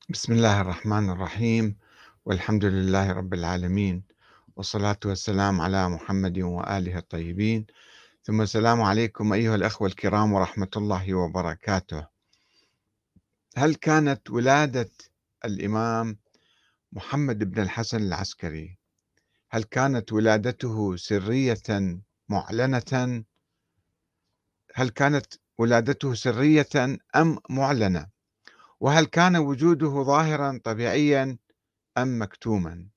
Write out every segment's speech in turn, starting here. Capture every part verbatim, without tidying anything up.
بسم الله الرحمن الرحيم، والحمد لله رب العالمين، والصلاة والسلام على محمد وآله الطيبين، ثم السلام عليكم أيها الأخوة الكرام ورحمة الله وبركاته. هل كانت ولادة الإمام محمد بن الحسن العسكري هل كانت ولادته سرية معلنة؟ هل كانت ولادته سرية أم معلنة؟ وهل كان وجوده ظاهرا طبيعيا أم مكتوما؟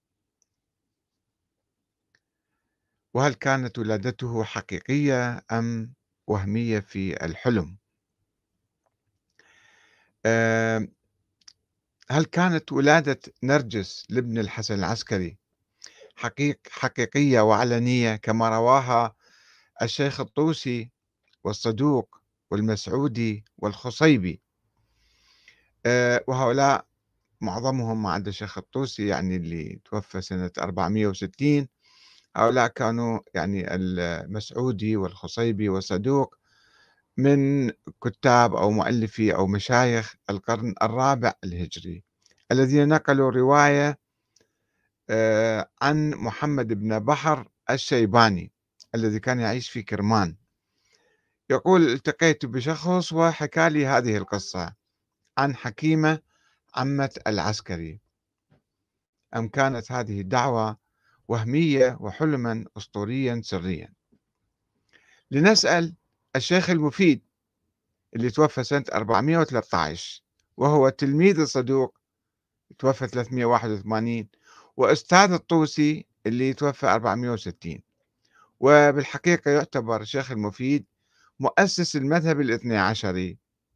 وهل كانت ولادته حقيقية أم وهمية في الحلم؟ آه، هل كانت ولادة نرجس لابن الحسن العسكري حقيق حقيقية وعلنية كما رواها الشيخ الطوسي والصدوق والمسعودي والخصيبي؟ آه، وهؤلاء معظمهم ما عدا الشيخ الطوسي يعني اللي توفى سنة أربعمئة وستين. هؤلاء كانوا يعني المسعودي والخصيبي والصدوق من كتاب أو مؤلفي أو مشايخ القرن الرابع الهجري الذين نقلوا رواية آه، عن محمد بن بحر الشيباني الذي كان يعيش في كرمان. يقول: التقيت بشخص وحكى لي هذه القصة عن حكيمة عمة العسكري. أم كانت هذه الدعوة وهمية وحلما أسطوريا سريا؟ لنسأل الشيخ المفيد اللي توفى سنة أربعمئة وثلاثة عشر، وهو تلميذ الصدوق توفى ثلاثمئة وواحد وثمانين، وأستاذ الطوسي اللي توفى أربعمئة وستين. وبالحقيقة يعتبر الشيخ المفيد مؤسس المذهب الاثني عشري.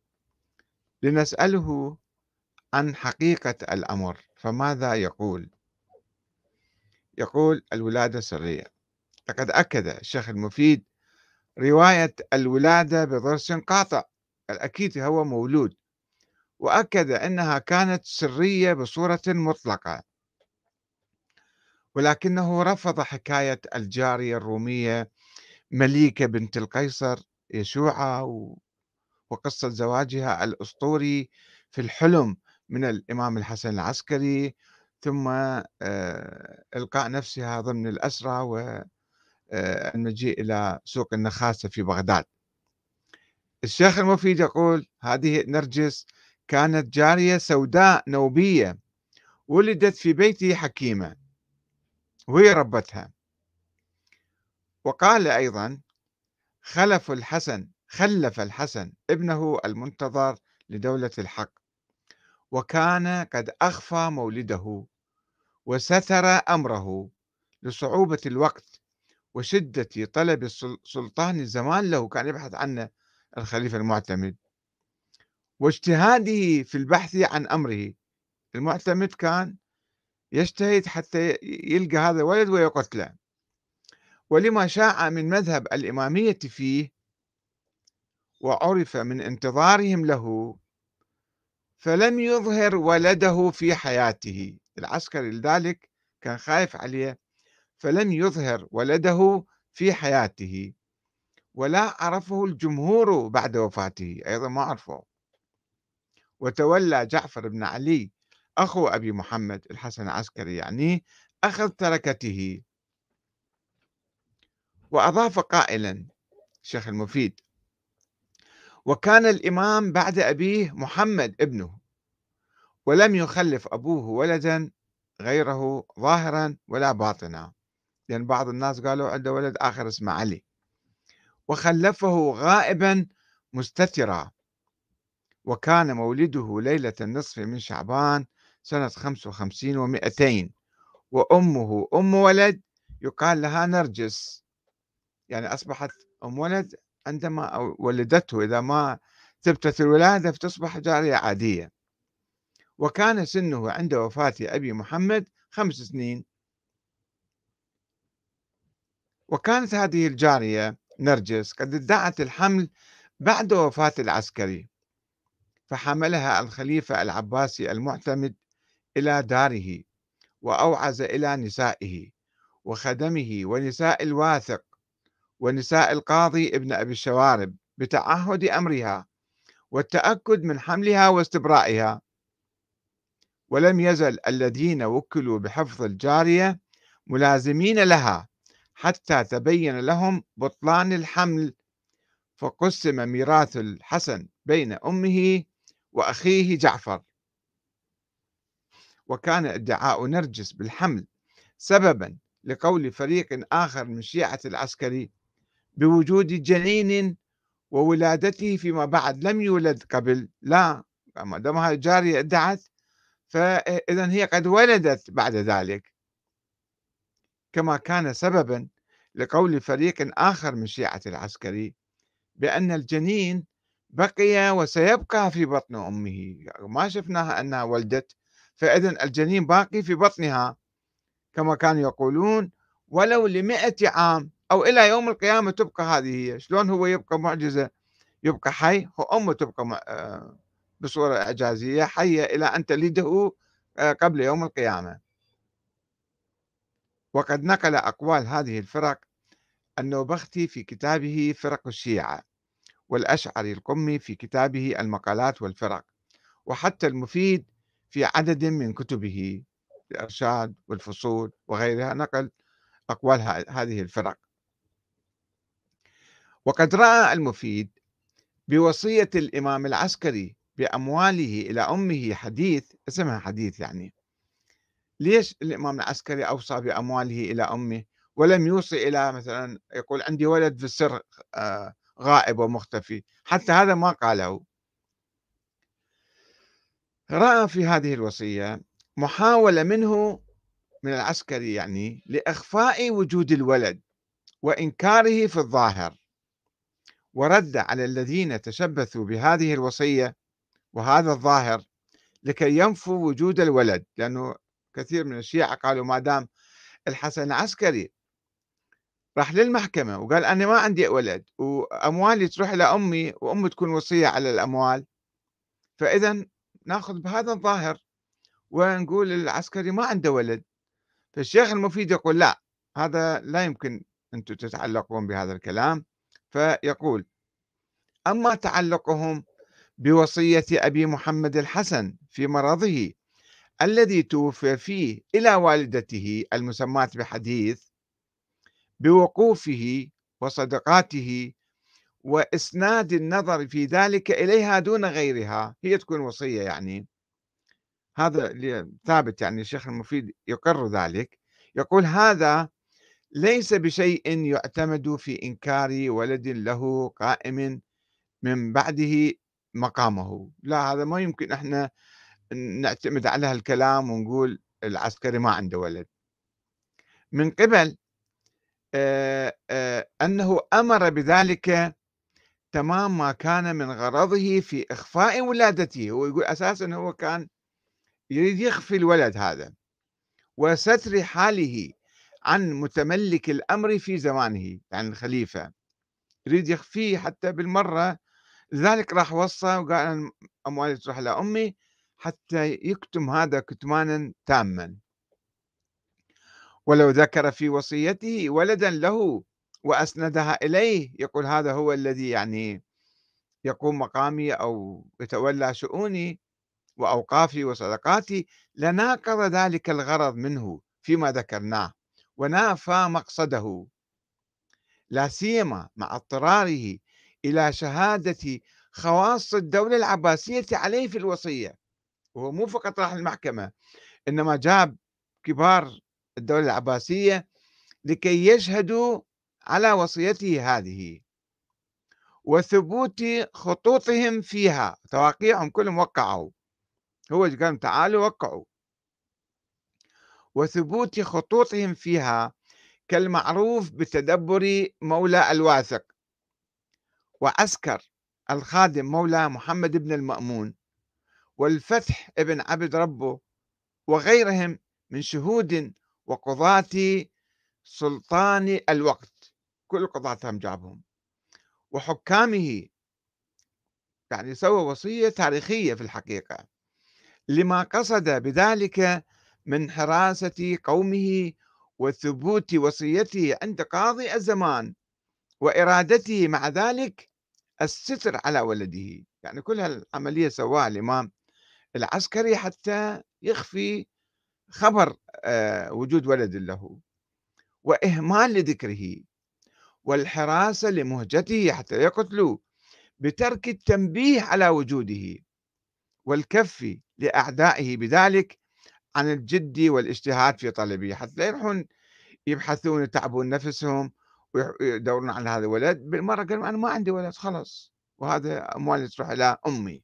لنسأله عن حقيقة الأمر، فماذا يقول؟ يقول: الولادة سرية. لقد أكد الشيخ المفيد رواية الولادة بضرس قاطع، الأكيد هو مولود، وأكد أنها كانت سرية بصورة مطلقة، ولكنه رفض حكاية الجارية الرومية مليكة بنت القيصر يشوع و- وقصة زواجها الأسطوري في الحلم من الإمام الحسن العسكري، ثم آه، إلقاء نفسها ضمن الأسرى والمجيء إلى سوق النخاسة في بغداد. الشيخ المفيد يقول: هذه نرجس كانت جارية سوداء نوبية ولدت في بيت حكيمة وهي ربتها. وقال أيضا: خلف الحسن خلف الحسن ابنه المنتظر لدولة الحق، وكان قد أخفى مولده وستر أمره لصعوبة الوقت وشدة طلب السل- سلطان الزمان له. كان يبحث عنه الخليفة المعتمد، واجتهاده في البحث عن أمره. المعتمد كان يجتهد حتى يلقى هذا الولد ويقتله. ولما شاع من مذهب الإمامية فيه وعرف من انتظارهم له، فلم يظهر ولده في حياته. العسكري لذلك كان خايف عليه، فلم يظهر ولده في حياته، ولا عرفه الجمهور بعد وفاته، أيضا ما عرفه. وتولى جعفر بن علي أخو أبي محمد الحسن العسكري يعني أخذ تركته. وأضاف قائلا الشيخ المفيد: وكان الإمام بعد أبيه محمد ابنه، ولم يخلف أبوه ولدا غيره ظاهرا ولا باطنا، لأن بعض الناس قالوا عنده ولد آخر اسمه علي، وخلفه غائبا مستترا. وكان مولده ليلة النصف من شعبان سنة خمسة وخمسين ومئتين، وأمه أم ولد يقال لها نرجس، يعني أصبحت أم ولد عندما ولدته. إذا ما ثبتت الولادة فتصبح جارية عادية. وكان سنه عند وفاة أبي محمد خمس سنين. وكانت هذه الجارية نرجس قد ادعت الحمل بعد وفاة العسكري، فحملها الخليفة العباسي المعتمد إلى داره، وأوعز إلى نسائه وخدمه ونساء الواثق ونساء القاضي ابن أبي الشوارب بتعهد أمرها والتأكد من حملها واستبرائها. ولم يزل الذين وكلوا بحفظ الجارية ملازمين لها حتى تبين لهم بطلان الحمل، فقسم ميراث الحسن بين أمه وأخيه جعفر. وكان ادعاء نرجس بالحمل سببا لقول فريق آخر من شيعة العسكري بوجود جنين وولادته فيما بعد لم يولد قبل. لا، ما دام هاي الجارية ادعت فإذا هي قد ولدت بعد ذلك. كما كان سببا لقول فريق آخر من شيعة العسكري بأن الجنين بقي وسيبقى في بطن أمه، يعني ما شفناها أنها ولدت، فإذا الجنين باقي في بطنها كما كانوا يقولون ولو لمئة عام أو إلى يوم القيامة تبقى هذه هي. شلون هو يبقى معجزة، يبقى حي، وأمه تبقى م- آه، بصورة إعجازية حية إلى أن تلده آه، قبل يوم القيامة. وقد نقل أقوال هذه الفرق النوبختي في كتابه فرق الشيعة، والأشعري القمي في كتابه المقالات والفرق، وحتى المفيد في عدد من كتبه الإرشاد والفصول وغيرها نقل أقوال ه- هذه الفرق. وقد رأى المفيد بوصية الإمام العسكري بأمواله إلى أمه حديث، اسمها حديث يعني. ليش الإمام العسكري أوصى بأمواله إلى أمه ولم يوصي إلى مثلا يقول عندي ولد في السر آه، غائب ومختفي؟ حتى هذا ما قاله. رأى في هذه الوصية محاولة منه، من العسكري يعني، لإخفاء وجود الولد وإنكاره في الظاهر، ورد على الذين تشبثوا بهذه الوصية وهذا الظاهر لكي ينفوا وجود الولد، لأنه كثير من الشيعة قالوا ما دام الحسن عسكري راح للمحكمة وقال أنا ما عندي ولد وأموالي تروح إلى أمي وأمي تكون وصية على الأموال، فإذا ناخذ بهذا الظاهر ونقول العسكري ما عنده ولد. فالشيخ المفيد يقول لا، هذا لا يمكن أنتم تتعلقون بهذا الكلام. فيقول أما تعلقهم بوصية أبي محمد الحسن في مرضه الذي توفي فيه إلى والدته المسماة بحديث بوقوفه وصدقاته وإسناد النظر في ذلك إليها دون غيرها، هي تكون وصية يعني. هذا اللي ثابت، يعني الشيخ المفيد يقر ذلك. يقول هذا ليس بشيء يعتمد في إنكار ولد له قائم من بعده مقامه. لا، هذا ما يمكن احنا نعتمد على هالكلام ونقول العسكري ما عنده ولد. من قبل آه، آه، أنه أمر بذلك تمام ما كان من غرضه في إخفاء ولادته. هو يقول أساسا هو كان يريد يخفي الولد هذا وستر حاله عن متملك الأمر في زمانه، يعني الخليفة يريد يخفيه حتى بالمرة. لذلك راح وصى وقال أنا أموالي تروح لأمي حتى يكتم هذا كتمانا تاما. ولو ذكر في وصيته ولدا له وأسندها إليه، يقول هذا هو الذي يعني يقوم مقامي أو يتولى شؤوني وأوقافي وصدقاتي، لناقض ذلك الغرض منه فيما ذكرناه ونافى مقصده، لا سيما مع اضطراره إلى شهادة خواص الدولة العباسية عليه في الوصية. وهو مو فقط راح المحكمة، إنما جاب كبار الدولة العباسية لكي يشهدوا على وصيته هذه وثبوت خطوطهم فيها، تواقيعهم كلهم وقعوا، هو قال تعالوا وقعوا، وثبوت خطوطهم فيها كالمعروف بتدبر مولى الواثق وعسكر الخادم مولى محمد بن المأمون والفتح ابن عبد ربه وغيرهم من شهود وقضاة سلطان الوقت، كل قضاتهم جابهم وحكامه. يعني سوى وصية تاريخية في الحقيقة لما قصد بذلك من حراسة قومه وثبوت وصيته عند قاضي الزمان وإرادته مع ذلك الستر على ولده. يعني كل هالعملية سواها الإمام العسكري حتى يخفي خبر آآ وجود ولد له، وإهمال لذكره، والحراسة لمهجته حتى لا يقتلوه، بترك التنبيه على وجوده، والكف لأعدائه بذلك عن الجد والاجتهاد في طلبه، حتى لا يروحون يبحثون ويتعبون نفسهم ويح ويدورون على هذا الولد، بالمرة قالوا أنا ما عندي ولد خلاص، وهذا أموالي تروح إلى أمي.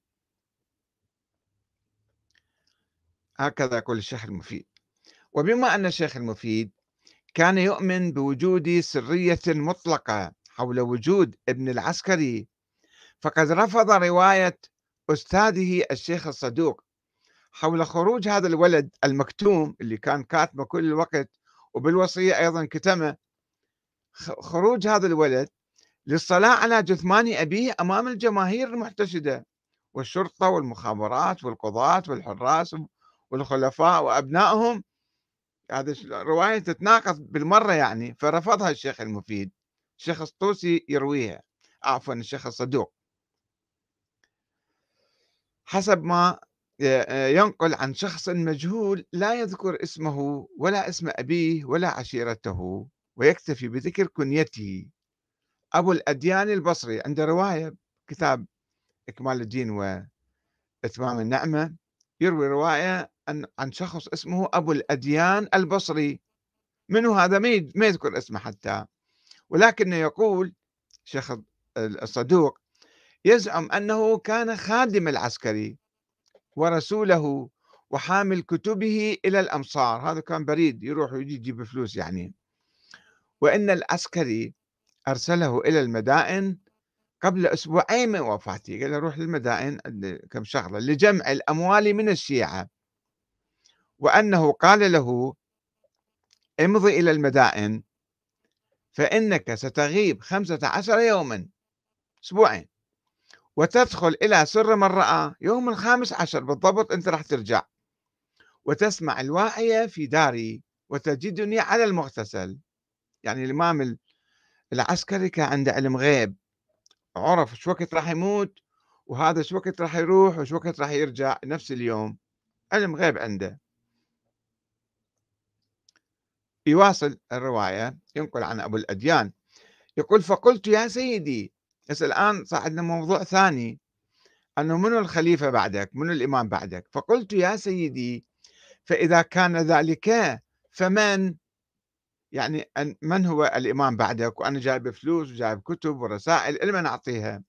هكذا يقول الشيخ المفيد. وبما أن الشيخ المفيد كان يؤمن بوجود سرية مطلقة حول وجود ابن العسكري، فقد رفض رواية أستاذه الشيخ الصدوق حول خروج هذا الولد المكتوم اللي كان كاتمه كل الوقت، وبالوصية أيضا كتمه، خروج هذا الولد للصلاة على جثمان أبيه أمام الجماهير المحتشدة والشرطة والمخابرات والقضاة والحراس والخلفاء وأبنائهم. هذا رواية تتناقض بالمرة يعني، فرفضها الشيخ المفيد. الشيخ الطوسي يرويها، عفوا الشيخ الصدوق، حسب ما ينقل عن شخص مجهول لا يذكر اسمه ولا اسم أبيه ولا عشيرته، ويكتفي بذكر كنيته، أبو الأديان البصري. عنده رواية كتاب إكمال الدين وإتمام النعمة، يروي رواية عن عن شخص اسمه أبو الأديان البصري. منو هذا؟ ما يذكر اسمه حتى، ولكنه يقول شيخ الصدوق يزعم أنه كان خادم العسكري ورسوله وحامل كتبه إلى الأمصار، هذا كان بريد يروح ويجي يجيب فلوس يعني، وإن العسكري أرسله إلى المدائن قبل أسبوعين من وفاته، قال له روح للمدائن كم شغلة لجمع الأموال من الشيعة، وأنه قال له امضي إلى المدائن فإنك ستغيب خمسة عشر يوما، أسبوعين، وتدخل إلى سر من رأى يوم الخامس عشر بالضبط، أنت راح ترجع وتسمع الواعية في داري وتجدني على المغتسل. يعني الإمام العسكري كان عنده علم غيب، عرف شو وقت راح يموت، وهذا شو وقت راح يروح وشو وقت راح يرجع نفس اليوم، علم غيب عنده. يواصل الرواية، ينقل عن أبو الأديان يقول فقلت يا سيدي، بس الآن صعدنا موضوع ثاني، أنه منو الخليفة بعدك، منو الإمام بعدك، فقلت يا سيدي فإذا كان ذلك فمن، يعني من هو الإمام بعدك، وأنا جايب فلوس وجايب كتب ورسائل لمن أعطيها؟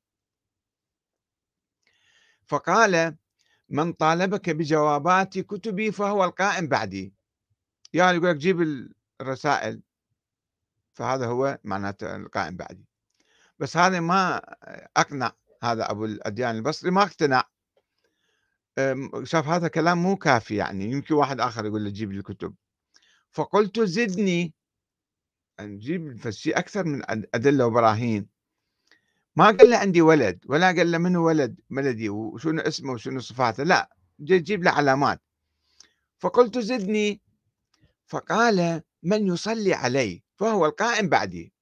فقال من طالبك بجوابات كتبي فهو القائم بعدي، يعني يقول لك جيب الرسائل، فهذا هو معناته القائم بعدي. بس هذا ما أقنع، هذا أبو الأديان البصري ما اقتنع، شاف هذا كلام مو كافي، يعني يمكن واحد آخر يقول له جيب لي الكتب. فقلت زدني، نجيب فشي أكثر من أدلة وبراهين. ما قال له عندي ولد، ولا قال له منو ولد ولدي وشنو اسمه وشنو صفاته، لا جيب له علامات. فقلت زدني، فقال من يصلي علي فهو القائم بعدي.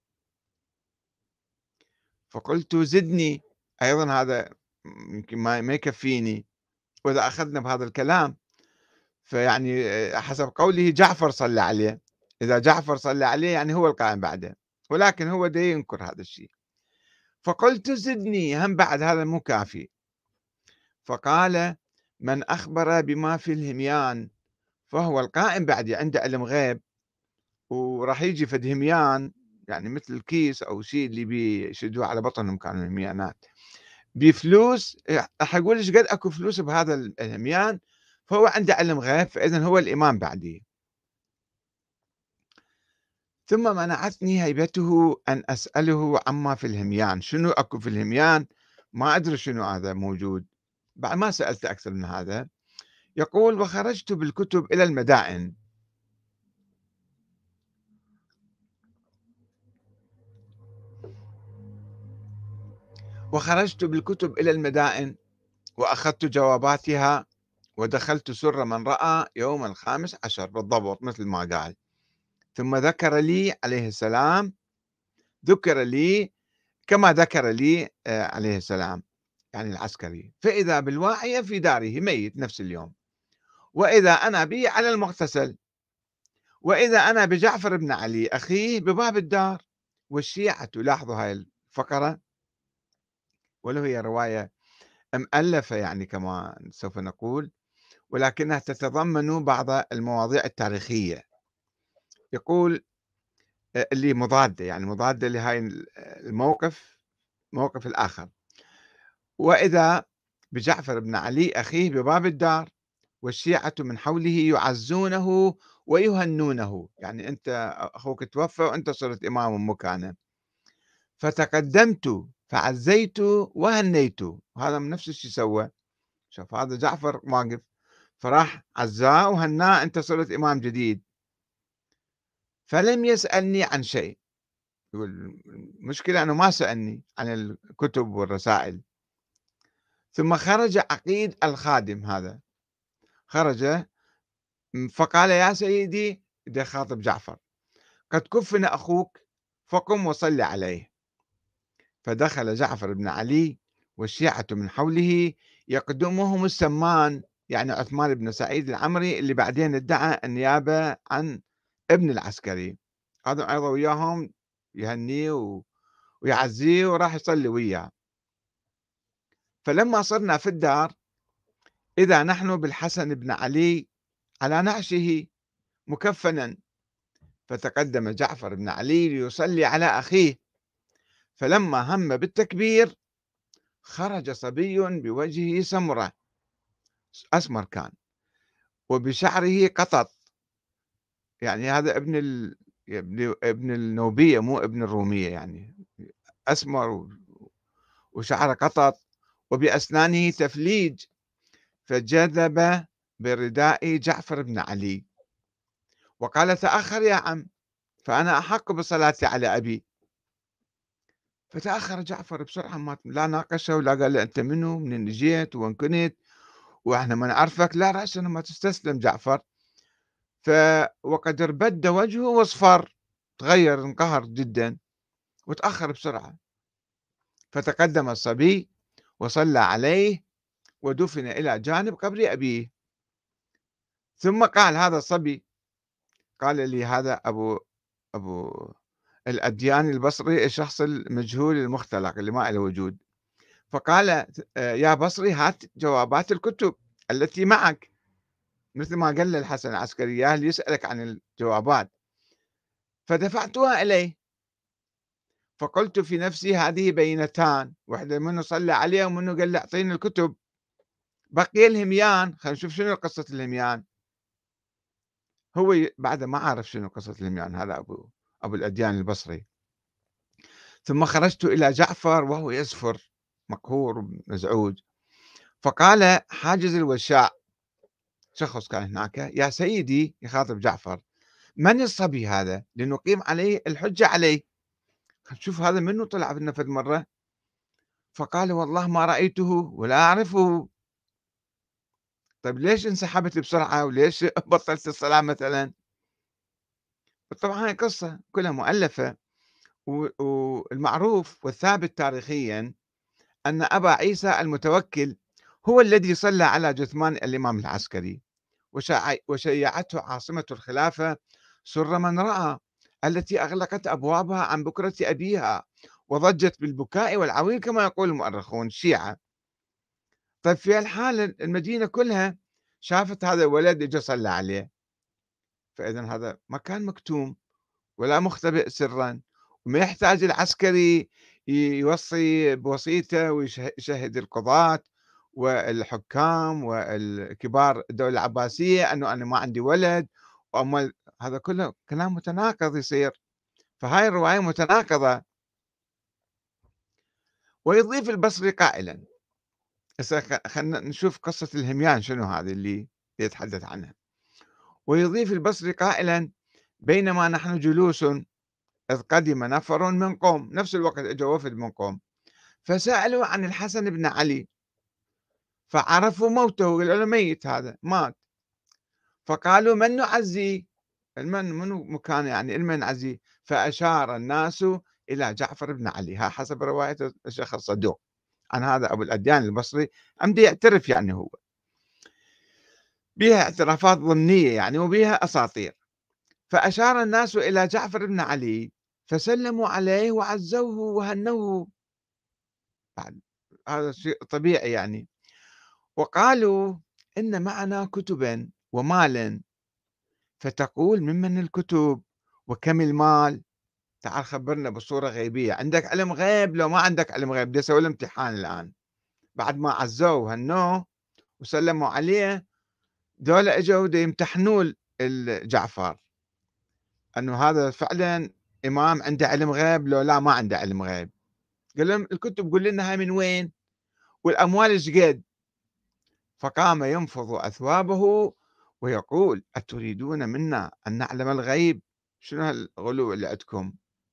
فقلت زدني أيضا، هذا يمكن ما ما يكفيني، وإذا أخذنا بهذا الكلام فيعني حسب قوله جعفر صلى عليه، إذا جعفر صلى عليه يعني هو القائم بعده، ولكن هو دا ينكر هذا الشيء. فقلت زدني هم بعد، هذا مو كافي. فقال من أخبر بما في الهميان فهو القائم بعدي، عنده علم غيب، وراح يجي فد هميان يعني مثل الكيس أو شيء اللي بيشدوه على بطنهم كانوا الهميانات بفلوس، راح يقول ايش قد اكو فلوس بهذا الهميان، فهو عنده علم غيب، فإذا هو الإمام بعدي. ثم منعتني هيبته أن أسأله عما في الهميان، شنو أكو في الهميان، ما أدري شنو هذا موجود، بعد ما سألت أكثر من هذا. يقول وخرجت بالكتب إلى المدائن، وخرجت بالكتب إلى المدائن وأخذت جواباتها ودخلت سر من رأى يوم الخامس عشر بالضبط مثل ما قال. ثم ذكر لي عليه السلام، ذكر لي كما ذكر لي عليه السلام، يعني العسكري، فإذا بالواعية في داره ميت نفس اليوم، وإذا أنا به على المغتسل، وإذا أنا بجعفر بن علي أخيه بباب الدار. والشيعة، لاحظوا هاي الفقرة ولو هي رواية مؤلفة يعني كما سوف نقول، ولكنها تتضمن بعض المواضيع التاريخية. يقول آه، اللي مضادة، يعني مضادة لهاي الموقف، موقف الآخر. وإذا بجعفر بن علي أخيه بباب الدار، والشيعة من حوله يعزونه ويهنونه، يعني أنت أخوك توفى وأنت صرت إمام مكانه. فتقدمت فعزيت وهنيت، هذا من نفس الشيء سوى. شوف هذا جعفر واقف، فراح عزاه وهناه، أنت صرت إمام جديد. فلم يسألني عن شيء، يقول المشكلة أنه ما سألني عن الكتب والرسائل. ثم خرج عقيد الخادم هذا، خرج فقال يا سيدي، بدي خاطب جعفر، قد كفن أخوك فقم وصل عليه. فدخل جعفر بن علي والشيعة من حوله يقدمهم السمان، يعني عثمان بن سعيد العمري اللي بعدين ادعى النيابة عن ابن العسكري، هذا أيضا وياهم يهنيه ويعزيه وراح يصلي وياه. فلما صرنا في الدار إذا نحن بالحسن بن علي على نعشه مكفنا، فتقدم جعفر بن علي ليصلي على أخيه، فلما هم بالتكبير خرج صبي بوجهه سمرة، أسمر كان، وبشعره قطط، يعني هذا ابن ال... ابن ابن النوبية مو ابن الرومية، يعني أسمر و- وشعره قطط، وبأسنانه تفليج، فجذب برداء جعفر بن علي وقال تأخر يا عم فأنا أحق بالصلاة على أبي. فتأخر جعفر بسرعة، ما لا ناقشه ولا قال له أنت منو، منين جيت وين كنت وإحنا ما نعرفك، لا رأسا ما تستسلم جعفر. ف وقد اربد وجهه واصفر، تغير انقهر جدا وتأخر بسرعة. فتقدم الصبي وصلى عليه ودفن إلى جانب قبر أبيه. ثم قال هذا الصبي، قال لي هذا أبو أبو الأديان البصري، الشخص المجهول المختلق اللي ما له وجود، فقال آه، يا بصري هات جوابات الكتب التي معك، مثل ما قال للحسن العسكري يا اللي يسألك عن الجوابات. فدفعتها إليه، فقلت في نفسي هذه بينتان، واحدة منه صلى عليه ومنه قال له اعطيني الكتب، بقي الهميان، خلينا نشوف شنو قصة الهميان. هو ي- بعد ما عرف شنو قصة الهميان، هذا أبو أبو الأديان البصري. ثم خرجت إلى جعفر وهو يزفر مقهور مزعوج، فقال حاجز الوشاء، شخص كان هناك، يا سيدي، يخاطب جعفر، من الصبي هذا لنقيم عليه الحجة عليه. شوف هذا منه طلع في فد مرة. فقال والله ما رأيته ولا أعرفه. طيب ليش انسحبت بسرعة وليش بطلت الصلاة مثلا؟ طبعا هاي قصة كلها مؤلفة. و- والمعروف والثابت تاريخيا أن أبا عيسى المتوكل هو الذي صلى على جثمان الإمام العسكري، وشاع- وشيعته عاصمة الخلافة سر من رأى، التي أغلقت أبوابها عن بكرة أبيها وضجت بالبكاء والعويل كما يقول المؤرخون الشيعة. طيب في الحالة المدينة كلها شافت هذا الولد اجى صلى عليه، فإذا هذا مكان مكتوم ولا مختبئ سرا، وما يحتاج العسكري يوصي بوصيته ويشهد القضاة والحكام والكبار الدولة العباسية أنه أنا ما عندي ولد، وأما هذا كله كلام متناقض يصير. فهاي الرواية متناقضة. ويضيف البصري قائلا، هسه خ- خلينا نشوف قصة الهميان شنو هذه اللي يتحدث عنها. ويضيف البصري قائلا بينما نحن جلوس إذ قدم نفر من قوم، نفس الوقت اجى وفد من قوم، فسألوا عن الحسن بن علي فعرفوا موته، قالوا له ميت، هذا مات. فقالوا من نعزي، المن منو مكان يعني المن نعزي، فأشار الناس إلى جعفر بن علي، ها حسب رواية الشيخ الصدوق عن هذا أبو الأديان البصري، عمدي يعترف يعني هو، بها اعترافات ضمنية يعني وبها أساطير. فأشار الناس إلى جعفر بن علي فسلموا عليه وعزوه وهنوه، بعد هذا شيء طبيعي يعني، وقالوا إن معنا كتبا ومالا، فتقول ممن الكتب وكم المال؟ تعال خبرنا بصورة غيبية، عندك علم غيب لو ما عندك علم غيب؟ بدي أسوي له امتحان الآن بعد ما عزوه وهنوه وسلموا عليه، دول اجوا دا يمتحنوا ال- جعفر انه هذا فعلا امام عنده علم غيب لو لا ما عنده علم غيب. قال لهم الكتب قول لنا هاي من وين والاموال ايش قد؟ فقام ينفض اثوابه ويقول اتريدون منا ان نعلم الغيب؟ شنو هالغلو اللي عندكم؟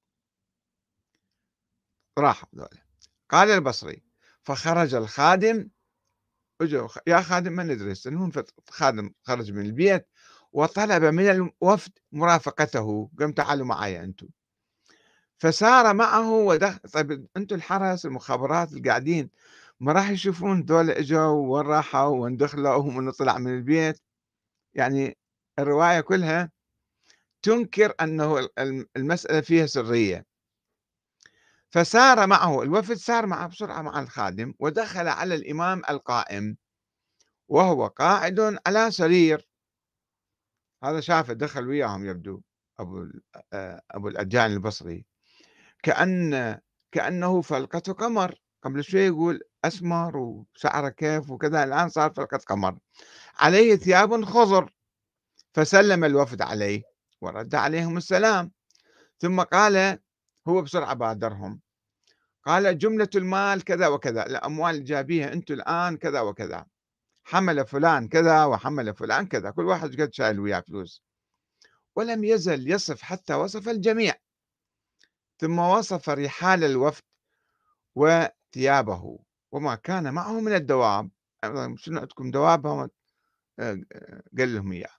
راحوا ذولا. قال البصري فخرج الخادم، اجوا يا خادم ما ندري، المهم خادم خرج من البيت وطلب من الوفد مرافقته، قام تعالوا معي انتم. فسار معه ودخل. طيب انتم الحرس المخابرات القاعدين ما راح يشوفون دول اجوا وين راحوا وين دخلوا ومن طلع من البيت؟ يعني الروايه كلها تنكر انه الم- المساله فيها سريه. فسار معه الوفد، سار معه بسرعه مع الخادم ودخل على الامام القائم وهو قاعد على سرير. هذا شافه دخل وياهم يبدو ابو ال- آه، ابو الاديان البصري، كأن كأنه فلقة قمر. قبل شوي يقول أسمر وشعره كيف وكذا، الآن صار فلقة قمر، عليه ثياب خضر. فسلم الوفد عليه ورد عليهم السلام، ثم قال، هو بسرعة بادرهم، قال جملة المال كذا وكذا، الأموال اللي جابيها أنتم الآن كذا وكذا، حمل فلان كذا وحمل فلان كذا، كل واحد قد شايل وياه فلوس. ولم يزل يصف حتى وصف الجميع، ثم وصف رحال الوفد وثيابه وما كان معه من الدواب. أيضاً شنو عندكم دواب؟ هم آه، قال لهم إياه.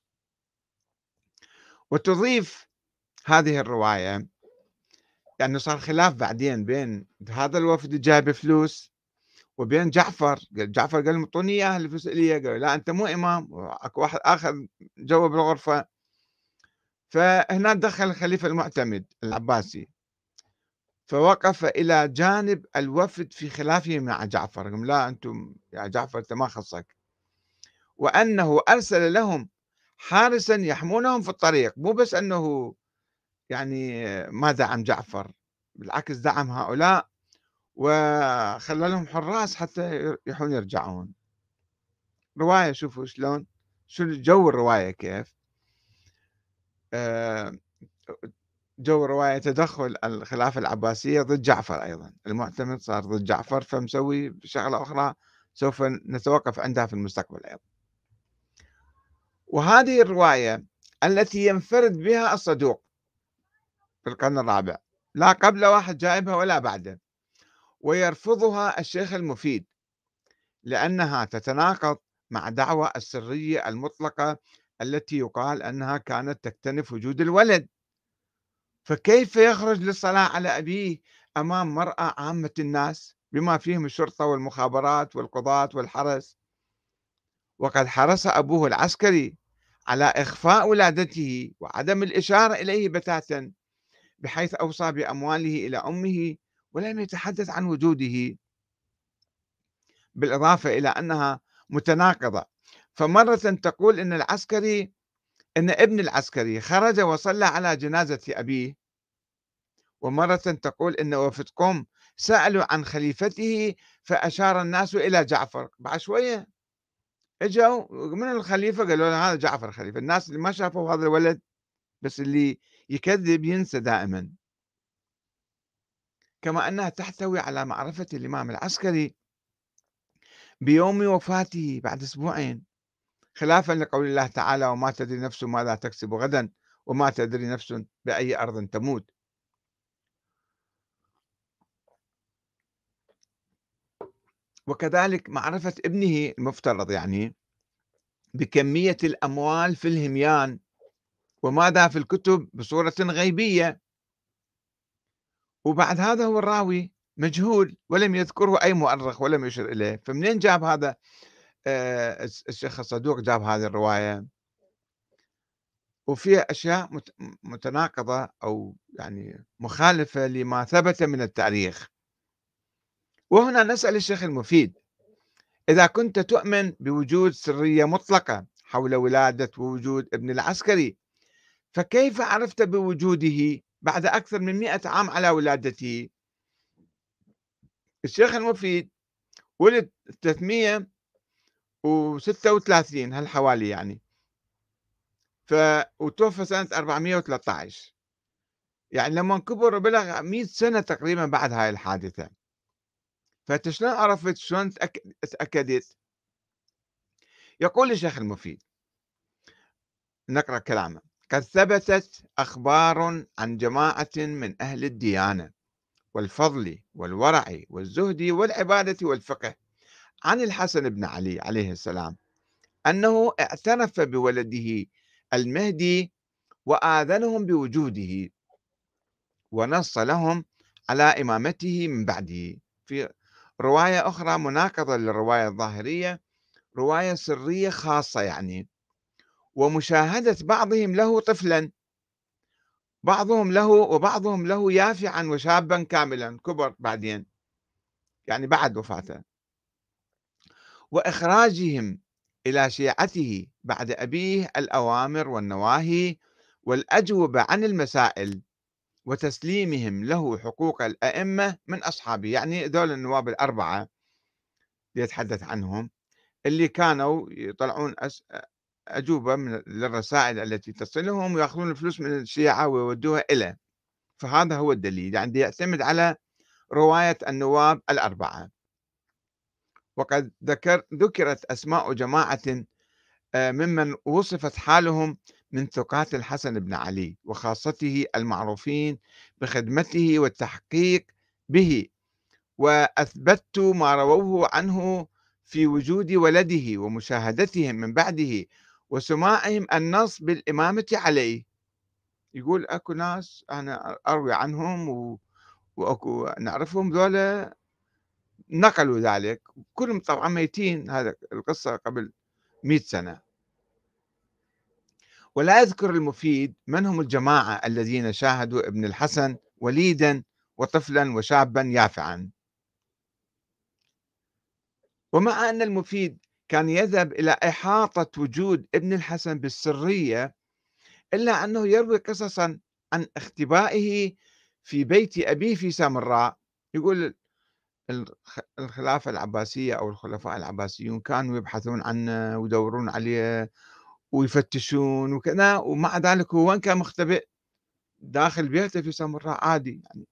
وتضيف هذه الرواية يعني صار خلاف بعدين بين هذا الوفد جايب فلوس وبين جعفر. قال جعفر قال لهم اعطوني اياها الفلوس الي، قالوا لا انت مو امام، اكو واحد اخر جوا بالغرفه. فهنا دخل الخليفه المعتمد العباسي فوقف الى جانب الوفد في خلافه مع جعفر، قال لا انتم يا جعفر انت ما خصك، وأنه أرسل لهم حارسا يحمونهم في الطريق، مو بس أنه يعني ما دعم جعفر، بالعكس دعم هؤلاء وخلى لهم حراس حتى يحون يرجعون. رواية شوفوا شلون، شو جو الرواية كيف. آه، جو الرواية تدخل الخلافة العباسية ضد جعفر، أيضا المعتمد صار ضد جعفر، فمسوي شغلة أخرى سوف نتوقف عندها في المستقبل أيضا. وهذه الرواية التي ينفرد بها الصدوق في القرن الرابع، لا قبل واحد جايبها ولا بعده، ويرفضها الشيخ المفيد لأنها تتناقض مع دعوى السرية المطلقة التي يقال أنها كانت تكتنف وجود الولد. فكيف يخرج للصلاة على أبيه أمام مرأى عامة الناس بما فيهم الشرطة والمخابرات والقضاة والحرس، وقد حرص أبوه العسكري على إخفاء ولادته وعدم الإشارة إليه بتاتا، بحيث أوصى بأمواله إلى أمه ولم يتحدث عن وجوده، بالإضافة إلى أنها متناقضة. فمرة تقول إن العسكري إن ابن العسكري خرج وصلى على جنازة أبيه، ومرة تقول إن وفد قوم سألوا عن خليفته فأشار الناس إلى جعفر. بعد شوية اجوا من الخليفة قالوا له هذا جعفر خليفة. الناس اللي ما شافوا هذا الولد، بس اللي يكذب ينسى دائما. كما أنها تحتوي على معرفة الإمام العسكري بيوم وفاته بعد أسبوعين، خلافا لقول الله تعالى وما تدري نفس ماذا تكسب غدا وما تدري نفس بأي أرض تموت. وكذلك معرفة ابنه المفترض يعني بكمية الأموال في الهميان وماذا في الكتب بصورة غيبية. وبعد هذا هو الراوي مجهول ولم يذكره أي مؤرخ ولم يشر إليه، فمنين جاب هذا آآ الس الشيخ الصدوق جاب هذه الرواية؟ وفيها أشياء مت متناقضة أو يعني مخالفة لما ثبت من التاريخ. وهنا نسأل الشيخ المفيد: إذا كنت تؤمن بوجود سرية مطلقة حول ولادة ووجود ابن العسكري، فكيف عرفت بوجوده بعد أكثر من مئة عام على ولادته؟ الشيخ المفيد ولد ثلاثمئة وستة وثلاثين هالحوالي يعني، ف وتوفى سنة أربعمئة وثلاثة عشر، يعني لمن كبر بلغ مئة سنة تقريبا بعد هاي الحادثة. فأنت شلون عرفت، شلون تأك اتأكدت؟ يقول الشيخ المفيد، نقرأ كلامه: قد ثبتت أخبار عن جماعة من أهل الديانة والفضل والورع والزهد والعبادة والفقه عن الحسن بن علي عليه السلام أنه اعترف بولده المهدي وآذنهم بوجوده ونص لهم على إمامته من بعده. في رواية أخرى مناقضة للرواية الظاهرية، رواية سرية خاصة يعني، ومشاهدة بعضهم له طفلا، بعضهم له وبعضهم له يافعا وشابا كاملا كبر بعدين يعني بعد وفاته، وإخراجهم إلى شيعته بعد أبيه الأوامر والنواهي والأجوبة عن المسائل وتسليمهم له حقوق الأئمة من أصحابه. يعني ذول النواب الأربعة يتحدث عنهم اللي كانوا يطلعون أس أجوبة من للرسائل التي تصلهم ويأخذون الفلوس من الشيعة ويودوها إله. فهذا هو الدليل، يعني يعتمد على رواية النواب الأربعة. وقد ذكر ذكرت أسماء جماعة آه، ممن وصفت حالهم من ثقات الحسن بن علي وخاصته المعروفين بخدمته والتحقيق به، وأثبتت ما رووه عنه في وجود ولده ومشاهدتهم من بعده وسماعهم النص بالإمامة عليه. يقول أكو ناس أنا أروي عنهم و... وأكو نعرفهم ذولا نقلوا ذلك، كلهم طبعا ميتين، هذا القصة قبل مئة سنة. ولا يذكر المفيد من هم الجماعة الذين شاهدوا ابن الحسن وليدا وطفلا وشابا يافعا. ومع أن المفيد كان يذهب إلى إحاطة وجود ابن الحسن بالسرية، إلا أنه يروي قصصا عن اختبائه في بيت أبيه في سامراء. يقول الخ- الخلافة العباسية أو الخلفاء العباسيون كانوا يبحثون عنه ويدورون عليه ويفتشون وكذا، ومع ذلك هو وين كان مختبئ؟ داخل بيته في سامراء عادي يعني.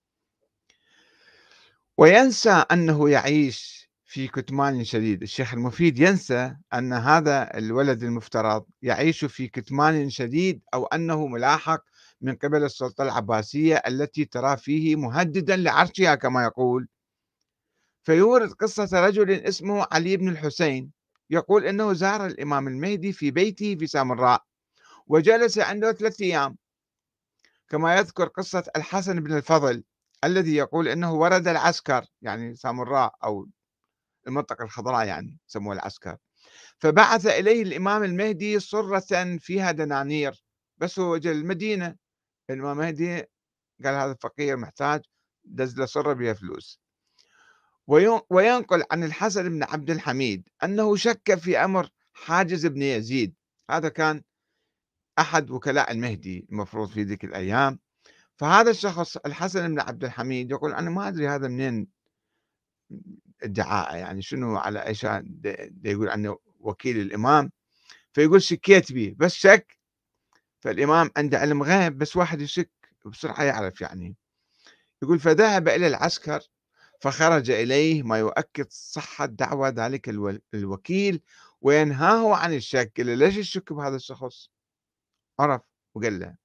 وينسى أنه يعيش في كتمان شديد. الشيخ المفيد ينسى أن هذا الولد المفترض يعيش في كتمان شديد، أو أنه ملاحق من قبل السلطة العباسية التي ترى فيه مهددا لعرشها كما يقول. فيورد قصة رجل اسمه علي بن الحسين يقول أنه زار الإمام المهدي في بيته في سامراء وجلس عنده ثلاثة أيام، كما يذكر قصة الحسن بن الفضل الذي يقول أنه ورد العسكر، يعني سامراء أو المنطقة الخضراء يعني سموها العسكر، فبعث إليه الإمام المهدي صرة فيها دنانير. بس هو جاء المدينة، الإمام المهدي قال هذا فقير محتاج، دز له صرة بها فلوس. وين- وينقل عن الحسن بن عبد الحميد أنه شك في أمر حاجز بن يزيد، هذا كان أحد وكلاء المهدي المفروض في ذيك الأيام. فهذا الشخص الحسن بن عبد الحميد يقول أنا ما أدري هذا منين ادعاءه، يعني شنو على أي شان د- د يقول عنه وكيل الإمام. فيقول شكيت به، بس شك. فالإمام عنده علم غيب، بس واحد يشك بسرعة يعرف يعني. يقول فذهب إلى العسكر فخرج إليه ما يؤكد صحة دعوى ذلك الو- الوكيل وينهاه عن الشك. قال له ليش الشك بهذا الشخص؟ عرف وقال له.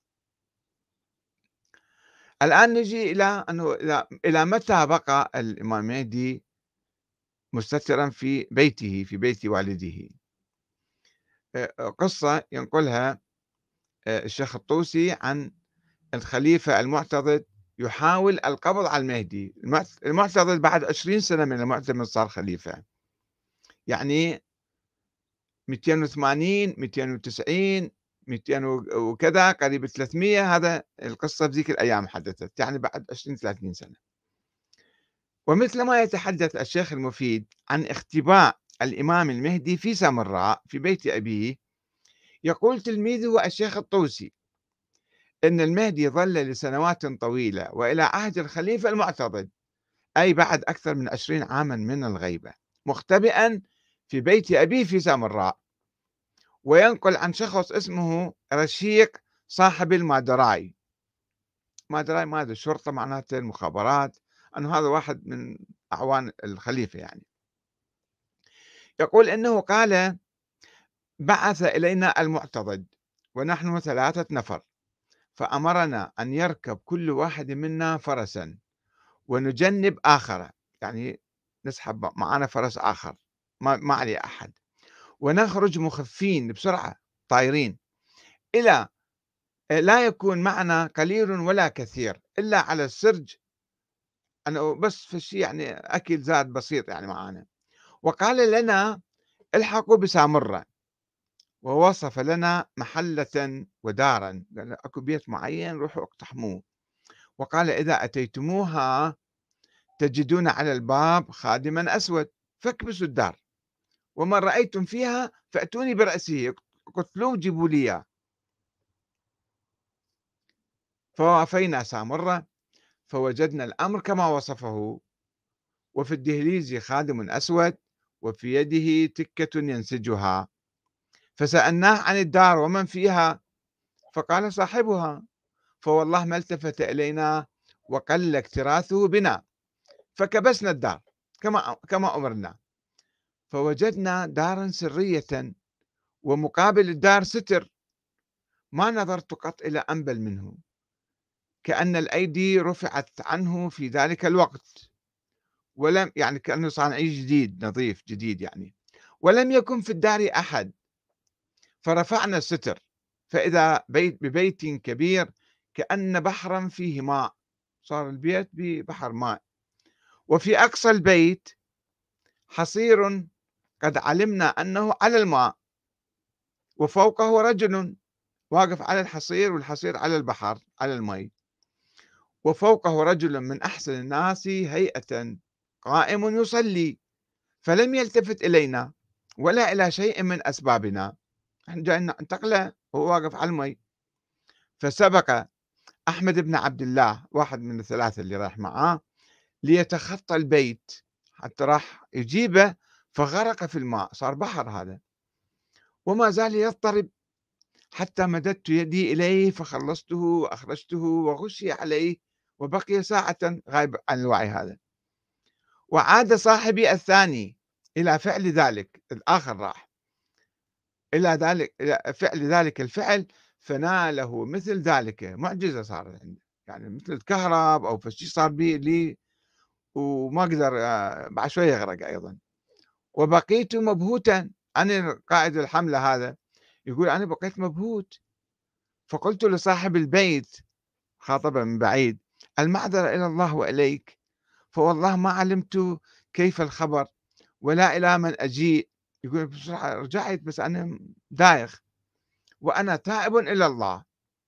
الآن نجي إلى أنه إلى إلى متى بقى الإمام المهدي مستترا في بيته في بيت والده. آه، قصة ينقلها آه، الشيخ الطوسي عن الخليفة المعتضد يحاول القبض على المهدي. المعتضد بعد عشرين سنة من المعتمد صار خليفة، يعني مئتين وثمانين، مئتين وتسعين، مئتين وكذا، قريب ثلاثمئة. هذا القصة بذيك الأيام حدثت، يعني بعد عشرين ثلاثين سنة. ومثل ما يتحدث الشيخ المفيد عن اختباء الإمام المهدي في سامراء في بيت أبيه، يقول تلميذه الشيخ الطوسي إن المهدي ظل لسنوات طويلة وإلى عهد الخليفة المعتضد، أي بعد أكثر من عشرين عاما من الغيبة، مختبئا في بيت أبيه في سامراء. وينقل عن شخص اسمه رشيق صاحب المادراي. مادراي ماذا؟ الشرطة معناته، المخابرات، أنه هذا واحد من أعوان الخليفة يعني. يقول إنه قال: بعث إلينا المعتضد ونحن ثلاثة نفر، فأمرنا أن يركب كل واحد منا فرسا ونجنب آخر، يعني نسحب معنا فرس آخر ما, ما عليه أحد، ونخرج مخفين بسرعة طايرين، إلى لا يكون معنا قليل ولا كثير إلا على السرج، أنا بس في الشيء يعني أكل زاد بسيط يعني معنا. وقال لنا: الحقوا بسامرة، ووصف لنا محلة ودارا، قال أكو بيت معين روحوا اقتحموه. وقال: إذا أتيتموها تجدون على الباب خادما أسود، فاكبسوا الدار، ومن رأيتم فيها فأتوني برأسه، قتلوه جيبوا لي إياه. فوافينا سامرة، فوجدنا الأمر كما وصفه، وفي الدهليز خادم أسود وفي يده تكة ينسجها، فسألناه عن الدار ومن فيها، فقال: صاحبها، فوالله ما التفت إلينا وقل اكتراثه بنا، فكبسنا الدار كما كما أمرنا، فوجدنا دارا سرية ومقابل الدار ستر، ما نظرت قط إلى أنبل منه، كأن الأيدي رفعت عنه في ذلك الوقت، ولم يعني كأنه صانعي جديد نظيف جديد يعني، ولم يكن في الدار أحد. فرفعنا الستر، فإذا بيت ببيت كبير كأن بحرا فيه ماء، صار البيت ببحر ماء، وفي أقصى البيت حصير قد علمنا أنه على الماء، وفوقه رجل واقف على الحصير، والحصير على البحر على الماء، وفوقه رجل من أحسن الناس هيئة قائم يصلي، فلم يلتفت إلينا ولا إلى شيء من أسبابنا، احنا جايين ننتقله وهو واقف على المي. فسبق أحمد بن عبد الله، واحد من الثلاثة اللي راح معاه، ليتخطى البيت حتى راح يجيبه، فغرق في الماء، صار بحر هذا، وما زال يضطرب حتى مددت يدي إليه فخلصته وأخرجته وغشي عليه، وبقي ساعة غايب عن الوعي هذا. وعاد صاحبي الثاني إلى فعل ذلك، الآخر راح إلى ذلك إلى فعل ذلك الفعل، فناله مثل ذلك، معجزة صارت عنده، يعني مثل الكهرب أو فشي صار به لي، وما قدر آه، بعد شوية يغرق أيضا. وبقيت مبهوتا، أنا قائد الحملة هذا يقول: أنا بقيت مبهوت، فقلت لصاحب البيت، خاطبه من بعيد: المعذرة إلى الله وإليك، فوالله ما علمت كيف الخبر ولا إلى من أجيء. يقول بسرعة رجعت، بس أنا دايخ وأنا تائب إلى الله.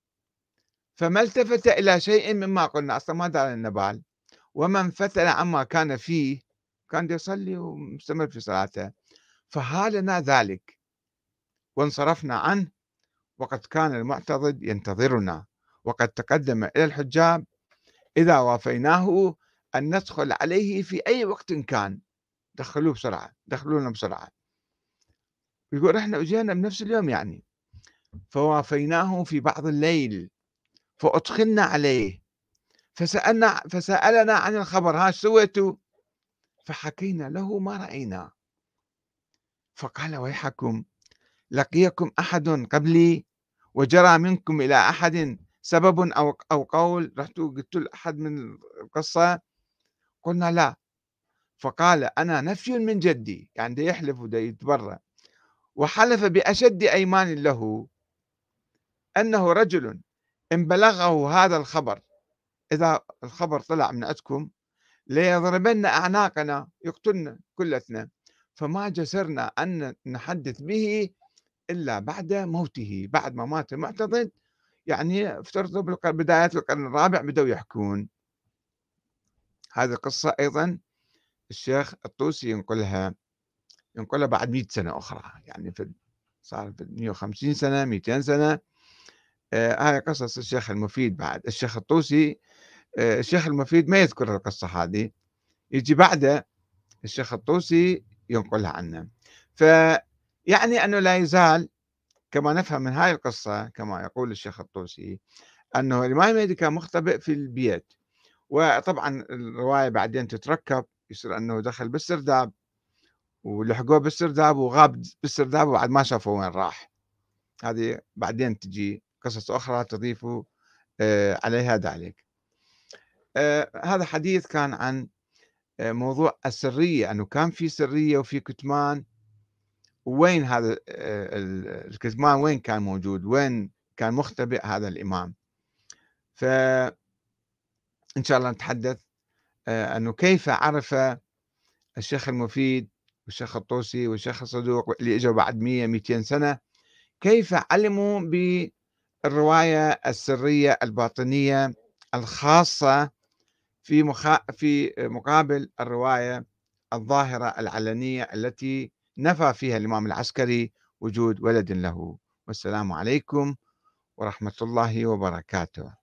فما التفت إلى شيء مما قلنا، أصلا ما دار النبال، وما انفتل عما كان فيه، كان يصلي ومستمر في صلاته. فهالنا ذلك وانصرفنا عنه، وقد كان المعتضد ينتظرنا، وقد تقدم إلى الحجاب إذا وافيناه أن ندخل عليه في أي وقت كان، دخلوه بسرعة، دخلونا بسرعة. يقول إحنا أجينا بنفس اليوم يعني. فوافيناه في بعض الليل، فأدخلنا عليه، فسألنا فسألنا عن الخبر، ها سويتوا؟ فحكينا له ما رأينا، فقال: ويحكم، لقيكم أحد قبلي وجرى منكم إلى أحد سبب أو أو قول، رحتوا قلتوا لأحد من القصة؟ قلنا: لا. فقال: أنا نفي من جدي، يعني دا يحلف ودا يتبرى، وحلف بأشد أيمان له أنه رجل إن بلغه هذا الخبر إذا الخبر طلع من عندكم ليضربن أعناقنا، يقتلنا كلتنا، فما جسرنا أن نحدث به إلا بعد موته. بعد ما مات المعتضد يعني افترضوا بالق بداية القرن الرابع بدأوا يحكون. هذه القصة أيضًا الشيخ الطوسي ينقلها، ينقلها بعد مئة سنة أخرى، يعني في ال صار في مئة وخمسين سنة، مئتين سنة. آآ هاي قصص الشيخ المفيد بعد. الشيخ الطوسي آآ الشيخ المفيد ما يذكر القصة هذه، ييجي بعده الشيخ الطوسي ينقلها عنه. فيعني أنه لا يزال كما نفهم من هاي القصة كما يقول الشيخ الطوسي أنه الإمام المهدي كان مختبئ في البيت، وطبعًا الرواية بعدين تتركب يصير أنه دخل بالسرداب ولحقوه بالسرداب وغاب بالسرداب وبعد ما شافوا وين راح. هذه بعدين تجي قصص أخرى تضيف آآ عليها ذلك. آآ هذا حديث كان عن آآ موضوع السرية، أنه كان في سرية وفي كتمان، وين هذا آآ ال الكتمان وين كان موجود، وين كان مختبئ هذا الإمام. فإن شاء الله نتحدث آآ أنه كيف عرف الشيخ المفيد والشيخ الطوسي والشيخ الصدوق اللي إجوا بعد مئة، مئتين سنة، كيف علموا بالرواية السرية الباطنية الخاصة في مخا في مقابل الرواية الظاهرة العلنية التي نفى فيها الإمام العسكري وجود ولد له. والسلام عليكم ورحمة الله وبركاته.